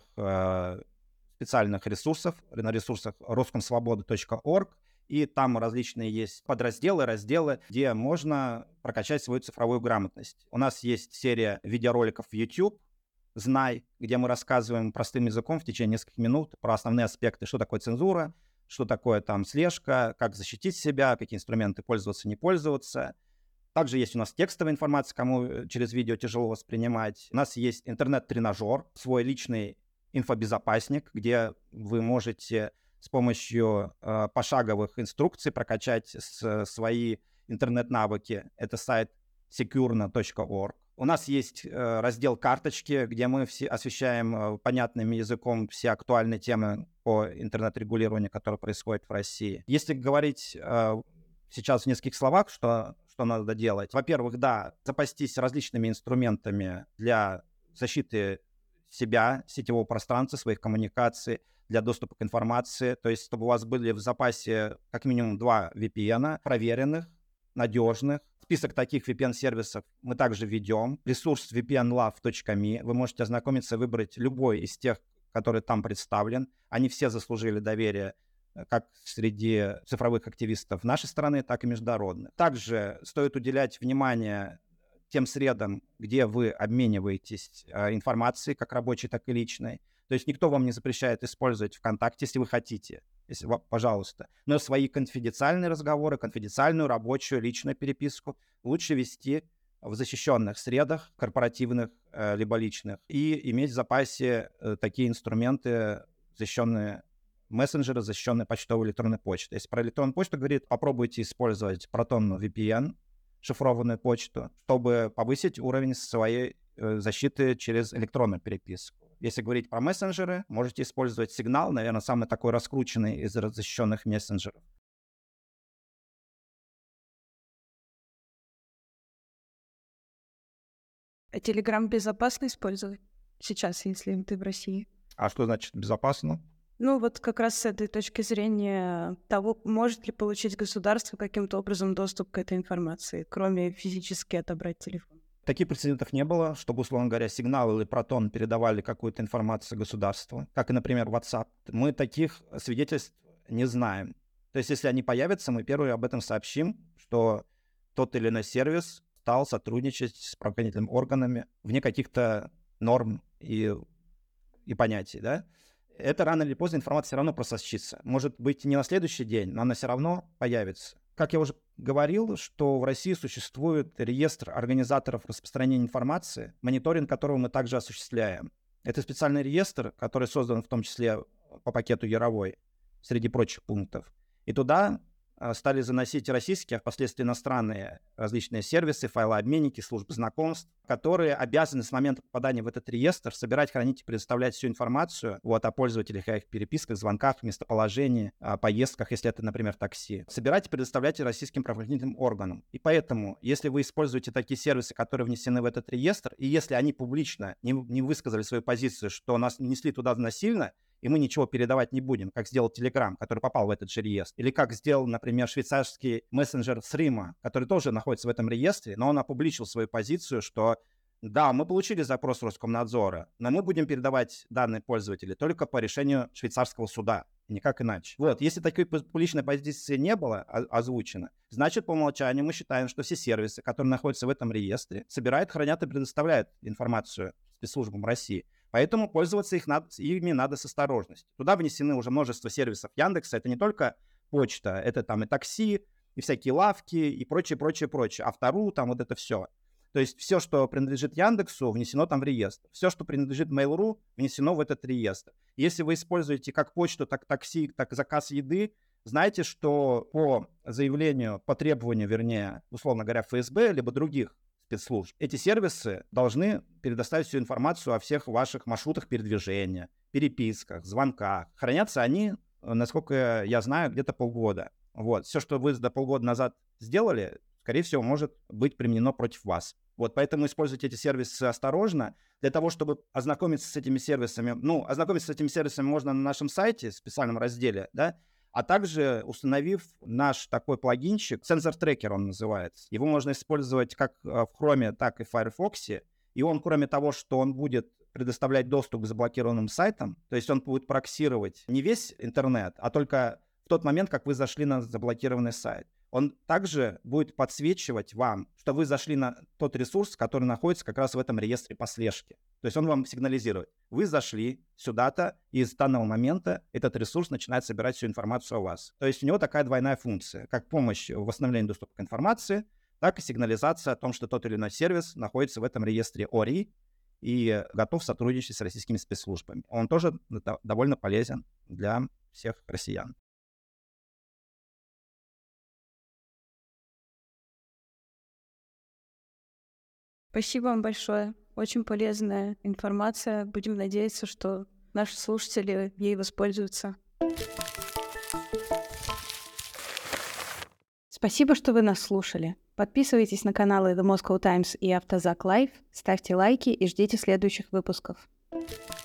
специальных ресурсах, на ресурсах roskomsvoboda.org, и там различные есть подразделы, разделы, где можно прокачать свою цифровую грамотность. У нас есть серия видеороликов в YouTube «Знай», где мы рассказываем простым языком в течение нескольких минут про основные аспекты, что такое цензура, что такое там слежка, как защитить себя, какие инструменты пользоваться, не пользоваться. Также есть у нас текстовая информация, кому через видео тяжело воспринимать. У нас есть интернет-тренажер, свой личный инфобезопасник, где вы можете с помощью пошаговых инструкций прокачать свои интернет-навыки. Это сайт securna.org. У нас есть раздел «Карточки», где мы освещаем понятным языком все актуальные темы по интернет-регулированию, которое происходит в России. Если говорить сейчас в нескольких словах, что надо делать. Во-первых, да, запастись различными инструментами для защиты себя, сетевого пространства, своих коммуникаций, для доступа к информации. То есть, чтобы у вас были в запасе как минимум 2 VPN, проверенных, надежных. Список таких VPN-сервисов мы также ведем. Ресурс vpnlove.me. Вы можете ознакомиться, выбрать любой из тех, который там представлен. Они все заслужили доверие как среди цифровых активистов нашей страны, так и международных. Также стоит уделять внимание тем средам, где вы обмениваетесь информацией, как рабочей, так и личной. То есть никто вам не запрещает использовать ВКонтакте, если вы хотите, пожалуйста. Но свои конфиденциальные разговоры, конфиденциальную рабочую, личную переписку лучше вести в защищенных средах, корпоративных либо личных, и иметь в запасе такие инструменты, защищенные мессенджеры, защищенные почтовой электронной почтой. Если про электронную почту говорит, попробуйте использовать Proton VPN, шифрованную почту, чтобы повысить уровень своей защиты через электронную переписку. Если говорить про мессенджеры, можете использовать Signal, наверное, самый такой раскрученный из защищенных мессенджеров. А Telegram безопасно использовать сейчас, если ты в России? А что значит безопасно? Ну, вот как раз с этой точки зрения того, может ли получить государство каким-то образом доступ к этой информации, кроме физически отобрать телефон. Таких прецедентов не было, чтобы, условно говоря, Signal или Proton передавали какую-то информацию государству, как и, например, WhatsApp. Мы таких свидетельств не знаем. То есть, если они появятся, мы первые об этом сообщим, что тот или иной сервис стал сотрудничать с правоохранительными органами вне каких-то норм и понятий, да? Это рано или поздно информация все равно просочится. Может быть, не на следующий день, но она все равно появится. Как я уже говорил, что в России существует реестр организаторов распространения информации, мониторинг которого мы также осуществляем. Это специальный реестр, который создан в том числе по пакету Яровой, среди прочих пунктов. И туда стали заносить российские, а впоследствии иностранные различные сервисы, файлообменники, службы знакомств, которые обязаны с момента попадания в этот реестр собирать, хранить и предоставлять всю информацию о пользователях, о их переписках, звонках, местоположении, о поездках, если это, например, такси. Собирать и предоставлять российским правоохранительным органам. И поэтому, если вы используете такие сервисы, которые внесены в этот реестр, и если они публично не высказали свою позицию, что нас внесли туда насильно, и мы ничего передавать не будем, как сделал Telegram, который попал в этот же реестр. Или как сделал, например, швейцарский мессенджер Threema, который тоже находится в этом реестре, но он опубличил свою позицию, что да, мы получили запрос Роскомнадзора, но мы будем передавать данные пользователей только по решению швейцарского суда, никак иначе. Вот, если такой публичной позиции не было озвучено, значит, по умолчанию мы считаем, что все сервисы, которые находятся в этом реестре, собирают, хранят и предоставляют информацию спецслужбам России. Поэтому пользоваться ими надо с осторожностью. Туда внесены уже множество сервисов Яндекса. Это не только почта, это там и такси, и всякие лавки, и прочее. Автору, там вот это все. То есть все, что принадлежит Яндексу, внесено там в реестр. Все, что принадлежит Mail.ru, внесено в этот реестр. Если вы используете как почту, так такси, так заказ еды, знайте, что по заявлению, по требованию, вернее, условно говоря, ФСБ, либо других спецслужб, эти сервисы должны предоставить всю информацию о всех ваших маршрутах передвижения, переписках, звонках. Хранятся они, насколько я знаю, где-то полгода. Вот. Все, что вы до полгода назад сделали, скорее всего, может быть применено против вас. Вот, поэтому используйте эти сервисы осторожно. Для того, чтобы ознакомиться с этими сервисами, ознакомиться с этими сервисами можно на нашем сайте, в специальном разделе, да, а также установив наш такой плагинчик, сенсор-трекер он называется. Его можно использовать как в Chrome, так и в Firefox. И он, кроме того, что он будет предоставлять доступ к заблокированным сайтам, то есть он будет проксировать не весь интернет, а только в тот момент, как вы зашли на заблокированный сайт. Он также будет подсвечивать вам, что вы зашли на тот ресурс, который находится как раз в этом реестре по слежке. То есть он вам сигнализирует. Вы зашли сюда-то, и с данного момента этот ресурс начинает собирать всю информацию о вас. То есть у него такая двойная функция, как помощь в восстановлении доступа к информации, так и сигнализация о том, что тот или иной сервис находится в этом реестре ОРИ и готов сотрудничать с российскими спецслужбами. Он тоже довольно полезен для всех россиян. Спасибо вам большое. Очень полезная информация. Будем надеяться, что наши слушатели ей воспользуются. Спасибо, что вы нас слушали. Подписывайтесь на каналы The Moscow Times и Автозак Live, ставьте лайки и ждите следующих выпусков.